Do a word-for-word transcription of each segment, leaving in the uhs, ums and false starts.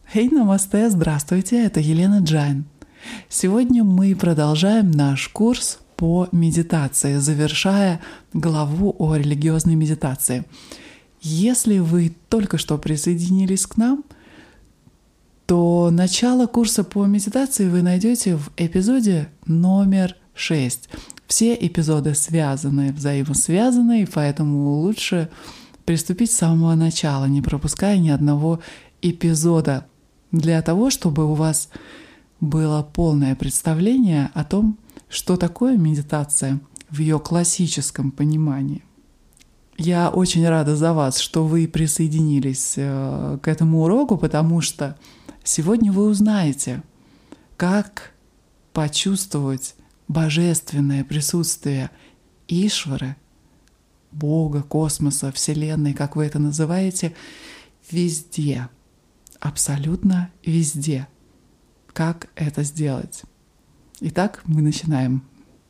Хей, намасте, здравствуйте, это Елена Джайн. Сегодня мы продолжаем наш курс по медитации, завершая главу о религиозной медитации. Если вы только что присоединились к нам, то начало курса по медитации вы найдете в эпизоде номер шесть. Все эпизоды связаны, взаимосвязаны, и поэтому лучше приступить с самого начала, не пропуская ни одного эпизода, для того, чтобы у вас было полное представление о том, что такое медитация в ее классическом понимании. Я очень рада за вас, что вы присоединились к этому уроку, потому что сегодня вы узнаете, как почувствовать божественное присутствие Ишвары, Бога, космоса, Вселенной, как вы это называете, везде, абсолютно везде. Как это сделать? Итак, мы начинаем.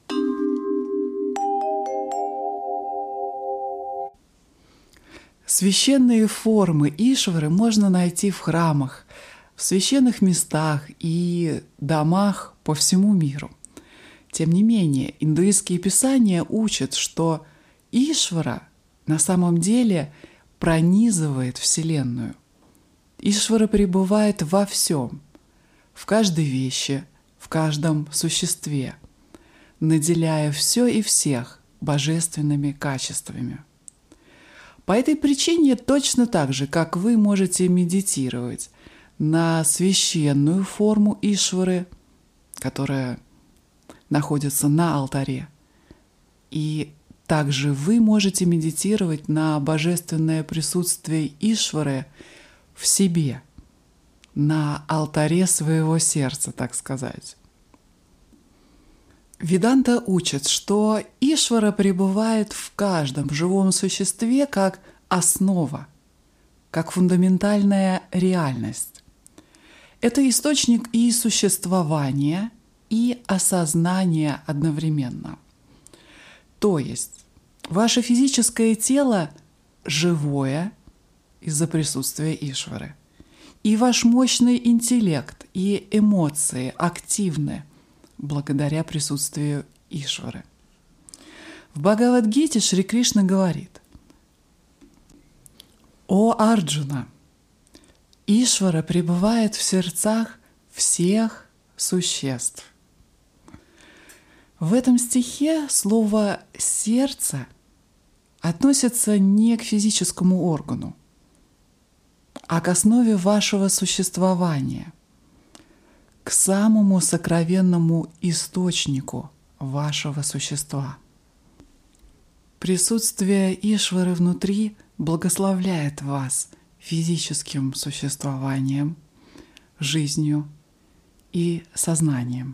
Священные формы Ишвары можно найти в храмах, в священных местах и домах по всему миру. Тем не менее, индуистские писания учат, что Ишвара на самом деле пронизывает Вселенную. Ишвара пребывает во всем, в каждой вещи, в каждом существе, наделяя все и всех божественными качествами. По этой причине точно так же, как вы можете медитировать на священную форму Ишвары, которая находится на алтаре, и также вы можете медитировать на божественное присутствие Ишвары в себе, на алтаре своего сердца, так сказать. Веданта учит, что Ишвара пребывает в каждом живом существе как основа, как фундаментальная реальность. Это источник и существования, и осознания одновременно. То есть ваше физическое тело живое из-за присутствия Ишвары, и ваш мощный интеллект и эмоции активны благодаря присутствию Ишвары. В Бхагавад-гите Шри Кришна говорит: «О Арджуна, Ишвара пребывает в сердцах всех существ». В этом стихе слово «сердце» относится не к физическому органу, а к основе вашего существования, к самому сокровенному источнику вашего существа. Присутствие Ишвары внутри благословляет вас физическим существованием, жизнью и сознанием.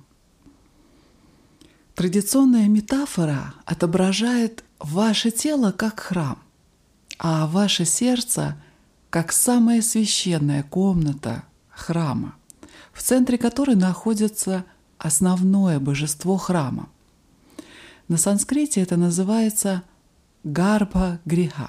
Традиционная метафора отображает ваше тело как храм, а ваше сердце как самая священная комната храма, в центре которой находится основное божество храма. На санскрите это называется гарбха-гриха.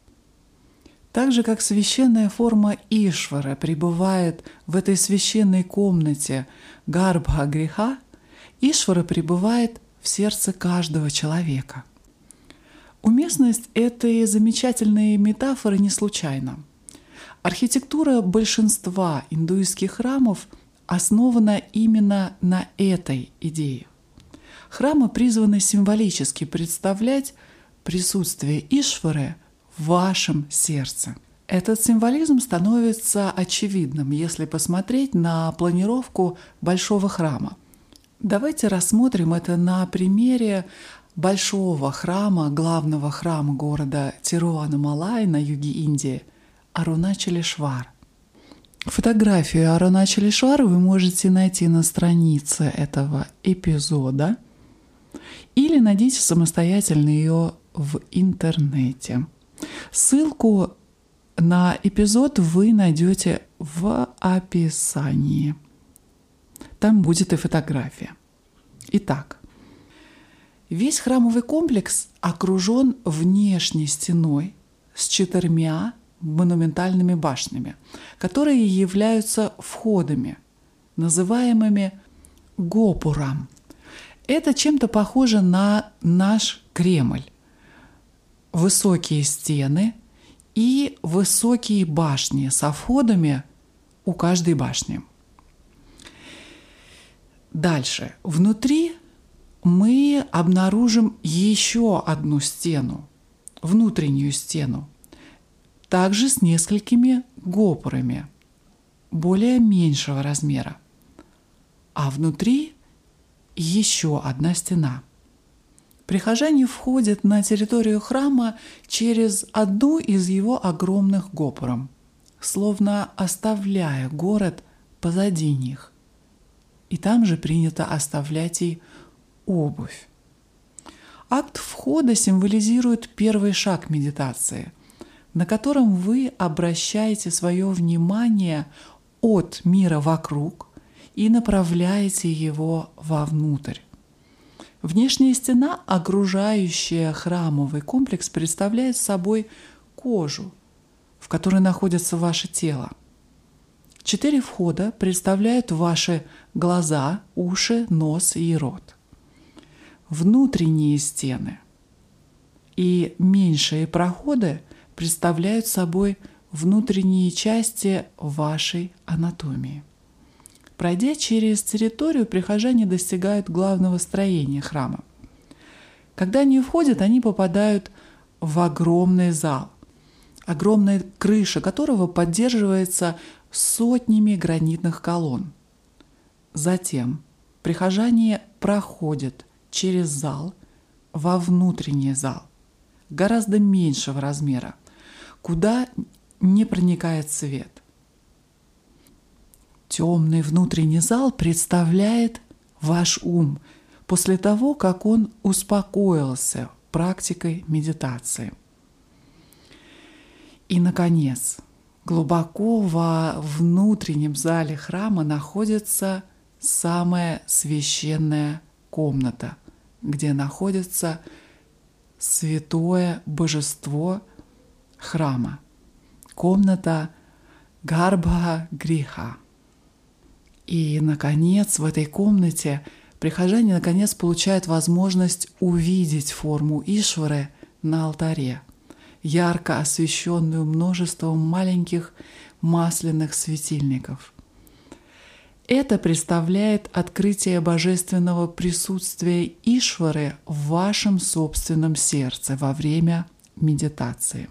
Так же, как священная форма Ишвары пребывает в этой священной комнате гарбха-гриха, Ишвара пребывает в сердце каждого человека. Уместность этой замечательной метафоры не случайна. Архитектура большинства индуистских храмов основана именно на этой идее. Храмы призваны символически представлять присутствие Ишвары в вашем сердце. Этот символизм становится очевидным, если посмотреть на планировку большого храма. Давайте рассмотрим это на примере большого храма, главного храма города Тируваннамалай на юге Индии, Аруначалешвар. Фотографию Аруначалешвара вы можете найти на странице этого эпизода или найдите самостоятельно ее в интернете. Ссылку на эпизод вы найдете в описании. Там будет и фотография. Итак, Весь храмовый комплекс окружен внешней стеной с четырьмя монументальными башнями, которые являются входами, называемыми гопурам. Это чем-то похоже на наш Кремль. Высокие стены и высокие башни со входами у каждой башни. Дальше. Внутри мы обнаружим еще одну стену, внутреннюю стену, также с несколькими гопурами, более меньшего размера. А внутри еще одна стена. Прихожане входят на территорию храма через одну из его огромных гопуров, словно оставляя город позади них. И там же принято оставлять и обувь. Акт входа символизирует первый шаг медитации, на котором вы обращаете свое внимание от мира вокруг и направляете его вовнутрь. Внешняя стена, окружающая храмовый комплекс, представляет собой кожу, в которой находится ваше тело. Четыре входа представляют ваши глаза, уши, нос и рот. Внутренние стены и меньшие проходы представляют собой внутренние части вашей анатомии. Пройдя через территорию, прихожане достигают главного строения храма. Когда они входят, они попадают в огромный зал, огромная крыша которого поддерживается сотнями гранитных колонн. Затем прихожане проходят через зал во внутренний зал, гораздо меньшего размера, куда не проникает свет. Темный внутренний зал представляет ваш ум после того, как он успокоился практикой медитации. И, наконец, глубоко во внутреннем зале храма находится самая священная комната, где находится святое божество храма, комната Гарбха-гриха. И, наконец, в этой комнате прихожане, наконец, получают возможность увидеть форму Ишвары на алтаре, ярко освещенную множеством маленьких масляных светильников. Это представляет открытие божественного присутствия Ишвары в вашем собственном сердце во время медитации.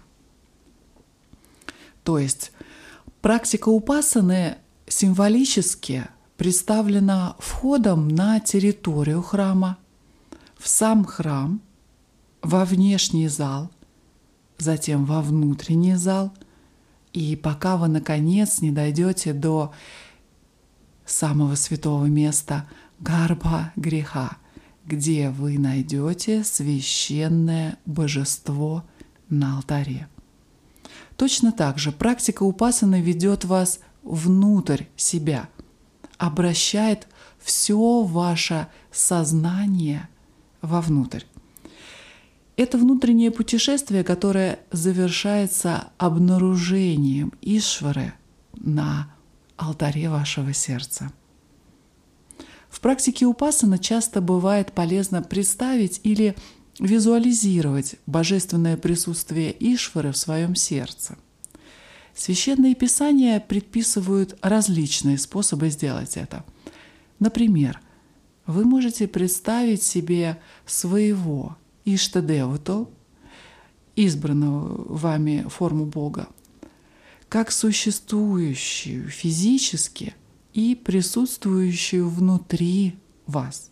То есть практика упасаны символически представлена входом на территорию храма, в сам храм, во внешний зал, затем во внутренний зал, и пока вы, наконец, не дойдете до самого святого места Гарбха-гриха, где вы найдете священное божество на алтаре. Точно так же практика упасаны ведет вас внутрь себя, обращает все ваше сознание вовнутрь. Это внутреннее путешествие, которое завершается обнаружением Ишвары на алтаре вашего сердца. В практике упасана часто бывает полезно представить или визуализировать божественное присутствие Ишвары в своем сердце. Священные писания предписывают различные способы сделать это. Например, вы можете представить себе своего Иштадевату, избранного вами форму Бога, как существующую физически и присутствующую внутри вас.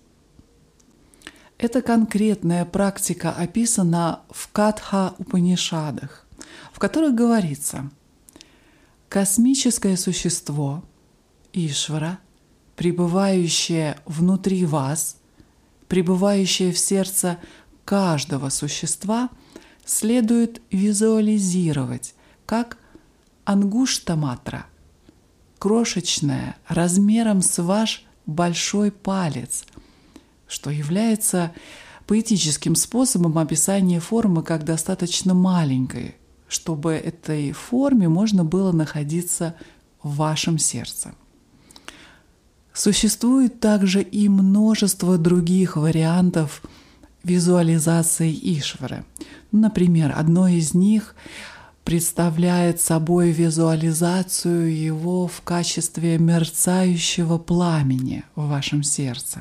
Эта конкретная практика описана в Катха-Упанишадах, в которых говорится: космическое существо, Ишвара, пребывающее внутри вас, пребывающее в сердце каждого существа, следует визуализировать как ангуштаматра, крошечная, размером с ваш большой палец, что является поэтическим способом описания формы как достаточно маленькой, чтобы этой форме можно было находиться в вашем сердце. Существует также и множество других вариантов визуализации Ишвары. Например, одно из них представляет собой визуализацию его в качестве мерцающего пламени в вашем сердце.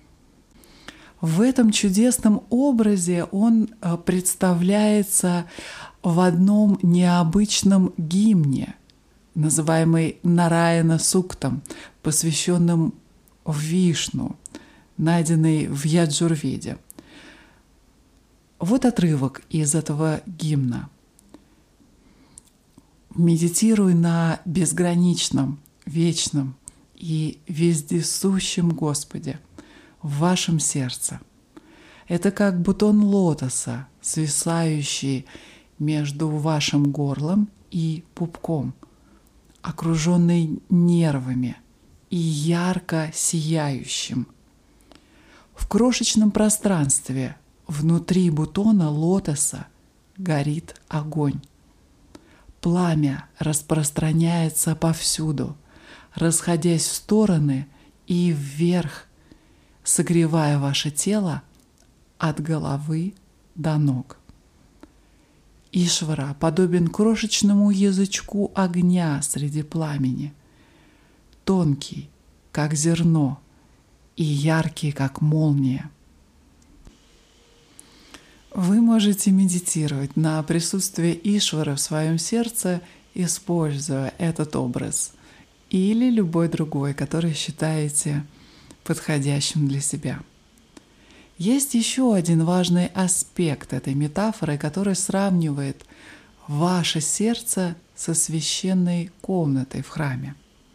В этом чудесном образе он представляется в одном необычном гимне, называемый Нараяна Суктам, посвященным Вишну, найденный в Яджурведе. Вот отрывок из этого гимна. «Медитируй на безграничном, вечном и вездесущем Господе в вашем сердце. Это как бутон лотоса, свисающий между вашим горлом и пупком, окруженный нервами и ярко сияющим. В крошечном пространстве внутри бутона лотоса горит огонь. Пламя распространяется повсюду, расходясь в стороны и вверх, согревая ваше тело от головы до ног. Ишвара подобен крошечному язычку огня среди пламени, тонкий, как зерно, и яркий, как молния. Вы можете медитировать на присутствие Ишвары в своем сердце, используя этот образ или любой другой, который считаете подходящим для себя. Есть еще один важный аспект этой метафоры, который сравнивает ваше сердце со священной комнатой в храме.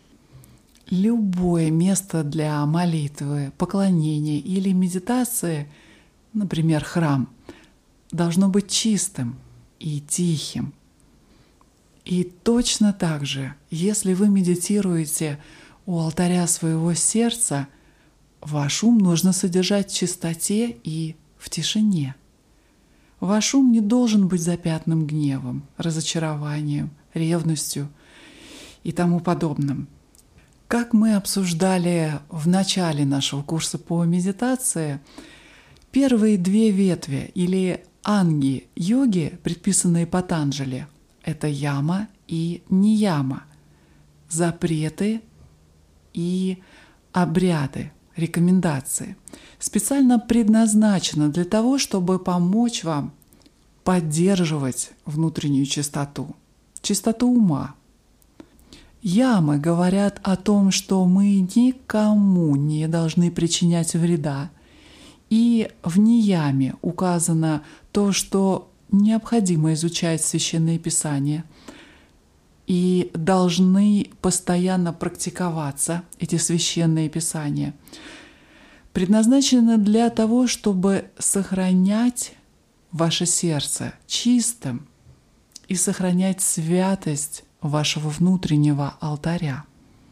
Любое место для молитвы, поклонения или медитации, например, храм, должно быть чистым и тихим. И точно так же, если вы медитируете у алтаря своего сердца, ваш ум нужно содержать в чистоте и в тишине. Ваш ум не должен быть запятнан гневом, разочарованием, ревностью и тому подобным. Как мы обсуждали в начале нашего курса по медитации, первые две ветви или анги йоги, предписанные Патанджали, это яма и нияма, запреты и обряды, рекомендации, специально предназначены для того, чтобы помочь вам поддерживать внутреннюю чистоту, чистоту ума. Ямы говорят о том, что мы никому не должны причинять вреда, и в нияме указано то, что необходимо изучать Священное Писание, и должны постоянно практиковаться эти Священные Писания, предназначены для того, чтобы сохранять ваше сердце чистым и сохранять святость вашего внутреннего алтаря.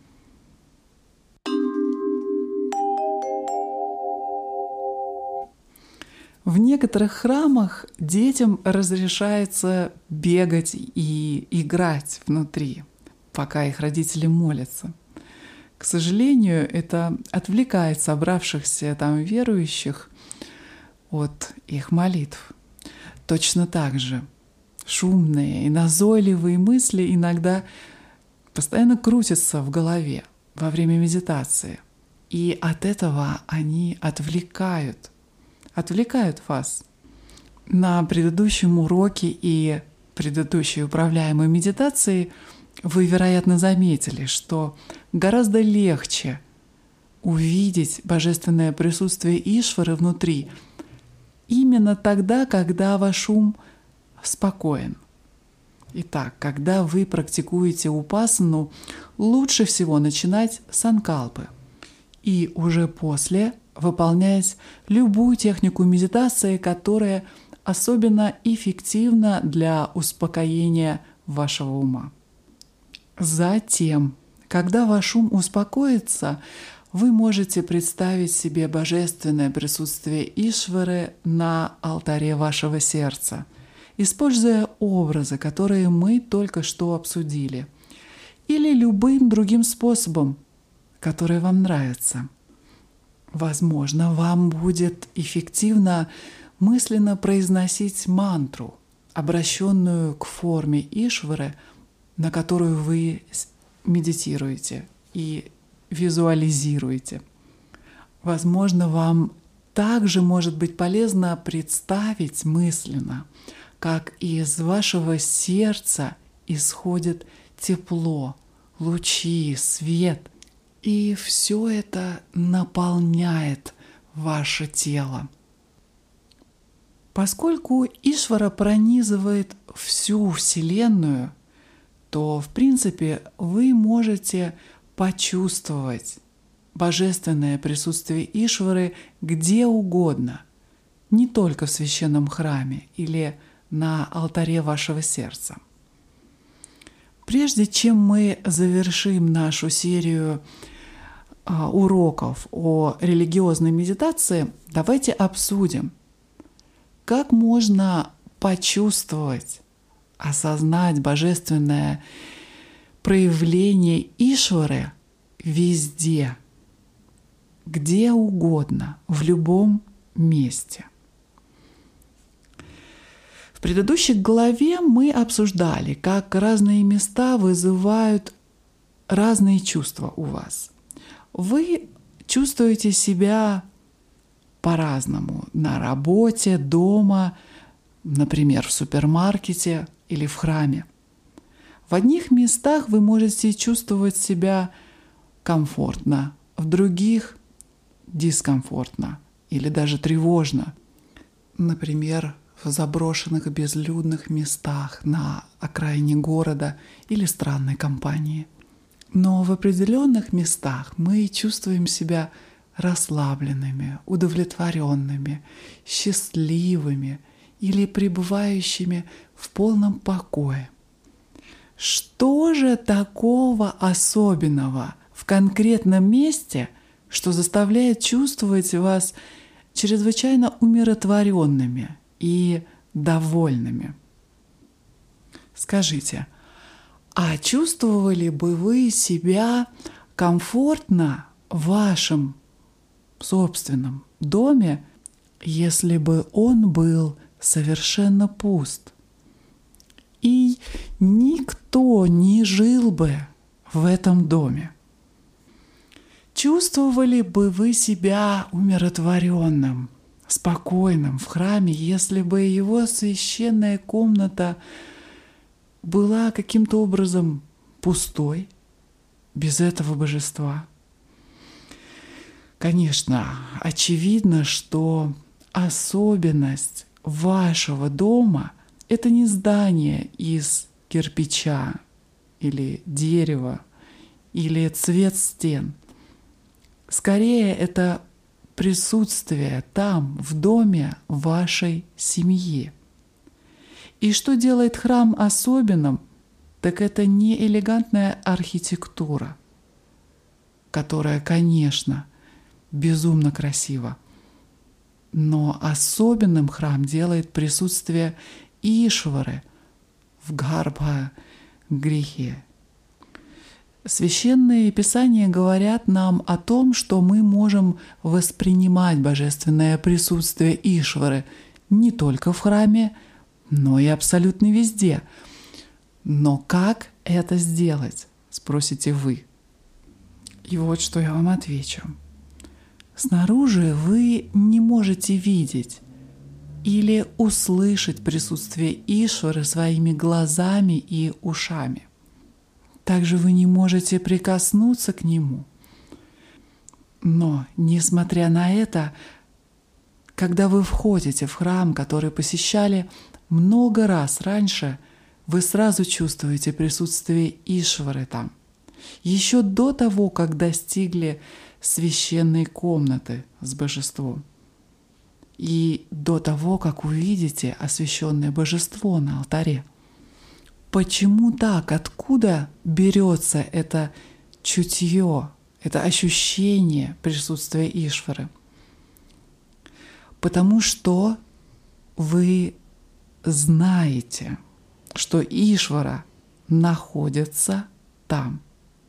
В некоторых храмах детям разрешается бегать и играть внутри, пока их родители молятся. К сожалению, это отвлекает собравшихся там верующих от их молитв. Точно так же шумные и назойливые мысли иногда постоянно крутятся в голове во время медитации, и от этого они отвлекают отвлекают вас. На предыдущем уроке и предыдущей управляемой медитации вы, вероятно, заметили, что гораздо легче увидеть божественное присутствие Ишвары внутри именно тогда, когда ваш ум спокоен. Итак, когда вы практикуете упасану, лучше всего начинать с санкалпы и уже после выполнять любую технику медитации, которая особенно эффективна для успокоения вашего ума. Затем, когда ваш ум успокоится, вы можете представить себе божественное присутствие Ишвары на алтаре вашего сердца используя образы, которые мы только что обсудили, или любым другим способом, который вам нравится. Возможно, вам будет эффективно мысленно произносить мантру, обращенную к форме Ишвары, на которую вы медитируете и визуализируете. Возможно, вам также может быть полезно представить мысленно, как из вашего сердца исходит тепло, лучи, свет, и все это наполняет ваше тело. Поскольку Ишвара пронизывает всю Вселенную, то, в принципе, вы можете почувствовать божественное присутствие Ишвары где угодно, не только в священном храме или на алтаре вашего сердца. Прежде чем мы завершим нашу серию а, уроков о религиозной медитации, давайте обсудим, как можно почувствовать, осознать божественное проявление Ишвары везде, где угодно, в любом месте. В предыдущей главе мы обсуждали, как разные места вызывают разные чувства у вас. Вы чувствуете себя по-разному на работе, дома, например, в супермаркете или в храме. В одних местах вы можете чувствовать себя комфортно, в других дискомфортно или даже тревожно. Например, в заброшенных безлюдных местах на окраине города или странной компании. Но в определенных местах мы чувствуем себя расслабленными, удовлетворенными, счастливыми или пребывающими в полном покое. Что же такого особенного в конкретном месте, что заставляет чувствовать вас чрезвычайно умиротворенными и довольными? Скажите, а чувствовали бы вы себя комфортно в вашем собственном доме, если бы он был совершенно пуст, и никто не жил бы в этом доме? Чувствовали бы вы себя умиротворенным, спокойным в храме, если бы его священная комната была каким-то образом пустой, без этого божества? Конечно, очевидно, что особенность вашего дома — это не здание из кирпича или дерева или цвет стен. Скорее, это присутствие там, в доме вашей семьи. И что делает храм особенным, так это не элегантная архитектура, которая, конечно, безумно красива, но особенным храм делает присутствие Ишвары в Гарбха-грихе. Священные писания говорят нам о том, что мы можем воспринимать божественное присутствие Ишвары не только в храме, но и абсолютно везде. Но как это сделать, спросите вы? И вот что я вам отвечу. Снаружи вы не можете видеть или услышать присутствие Ишвары своими глазами и ушами. Также вы не можете прикоснуться к нему. Но, несмотря на это, когда вы входите в храм, который посещали много раз раньше, вы сразу чувствуете присутствие Ишвары там, еще до того, как достигли священной комнаты с божеством, и до того, как увидите освященное божество на алтаре. Почему так? Откуда берется это чутье, это ощущение присутствия Ишвары? Потому что вы знаете, что Ишвара находится там.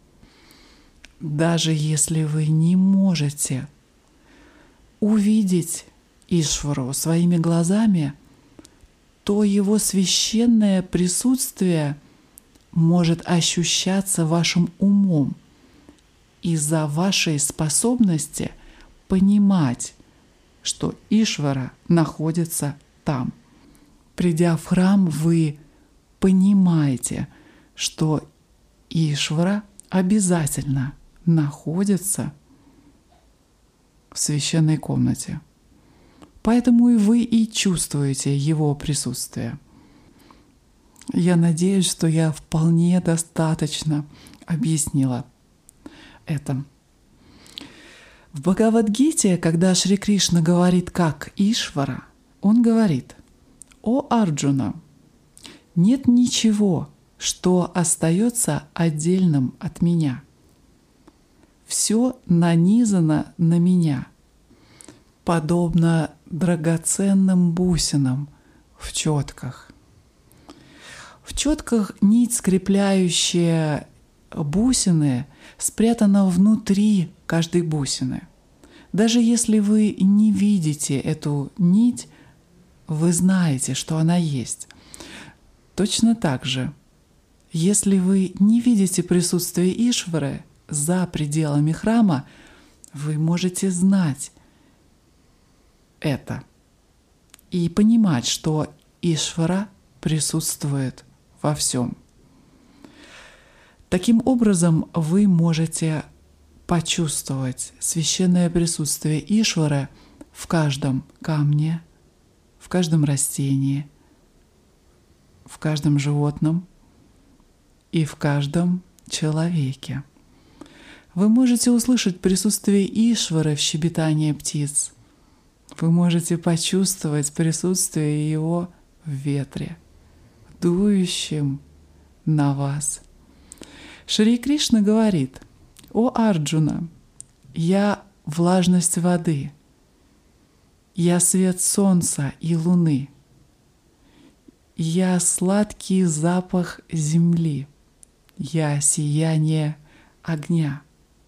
Даже если вы не можете увидеть Ишвару своими глазами, то его священное присутствие может ощущаться вашим умом из-за вашей способности понимать, что Ишвара находится там. Придя в храм, вы понимаете, что Ишвара обязательно находится в священной комнате. Поэтому и вы и чувствуете его присутствие. Я надеюсь, что я вполне достаточно объяснила это. В Бхагавад-гите, когда Шри Кришна говорит как Ишвара, он говорит: «О Арджуна, нет ничего, что остается отдельным от меня. Все нанизано на меня, подобно драгоценным бусинам в четках». В четках нить, скрепляющая бусины, спрятана внутри каждой бусины. Даже если вы не видите эту нить, вы знаете, что она есть. Точно так же, если вы не видите присутствие Ишвары за пределами храма, вы можете знать это и понимать, что Ишвара присутствует во всем. Таким образом, вы можете почувствовать священное присутствие Ишвары в каждом камне, в каждом растении, в каждом животном и в каждом человеке. Вы можете услышать присутствие Ишвары в щебетании птиц. Вы можете почувствовать присутствие его в ветре, дующем на вас. Шри Кришна говорит: «О Арджуна, я влажность воды, я свет солнца и луны, я сладкий запах земли, я сияние огня».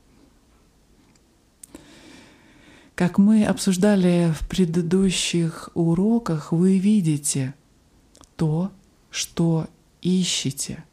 Как мы обсуждали в предыдущих уроках, вы видите то, что ищете.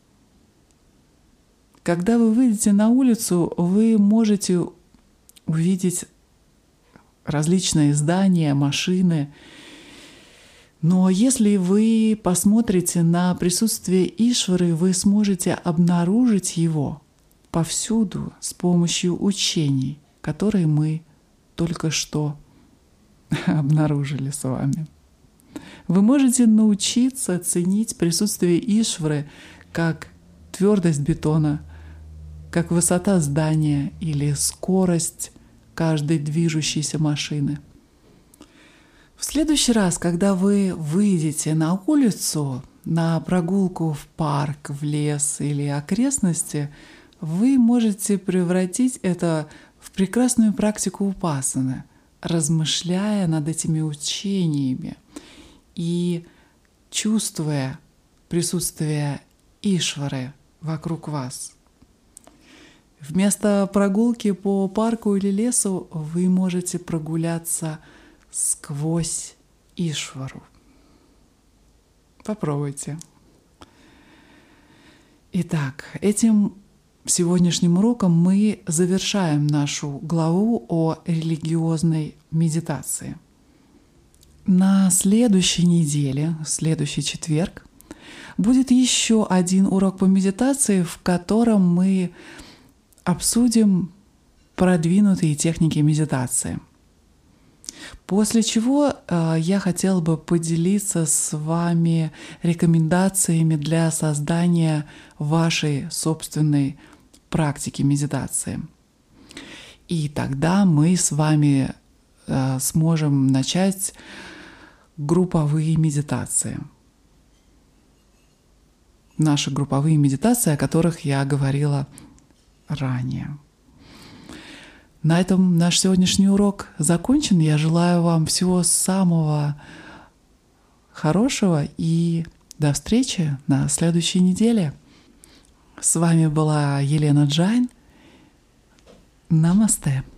Когда вы выйдете на улицу, вы можете увидеть различные здания, машины. Но если вы посмотрите на присутствие Ишвары, вы сможете обнаружить его повсюду с помощью учений, которые мы только что обнаружили с вами. Вы можете научиться ценить присутствие Ишвары как твердость бетона, как высота здания или скорость каждой движущейся машины. В следующий раз, когда вы выйдете на улицу, на прогулку в парк, в лес или окрестности, вы можете превратить это в прекрасную практику упасаны, размышляя над этими учениями и чувствуя присутствие Ишвары вокруг вас. Вместо прогулки по парку или лесу вы можете прогуляться сквозь Ишвару. Попробуйте. Итак, этим сегодняшним уроком мы завершаем нашу главу о религиозной медитации. На следующей неделе, в следующий четверг, будет еще один урок по медитации, в котором мы обсудим продвинутые техники медитации. После чего э, я хотела бы поделиться с вами рекомендациями для создания вашей собственной практики медитации. И тогда мы с вами э, сможем начать групповые медитации. Наши групповые медитации, о которых я говорила ранее. На этом наш сегодняшний урок закончен. Я желаю вам всего самого хорошего и до встречи на следующей неделе. С вами была Елена Джайн. Намасте.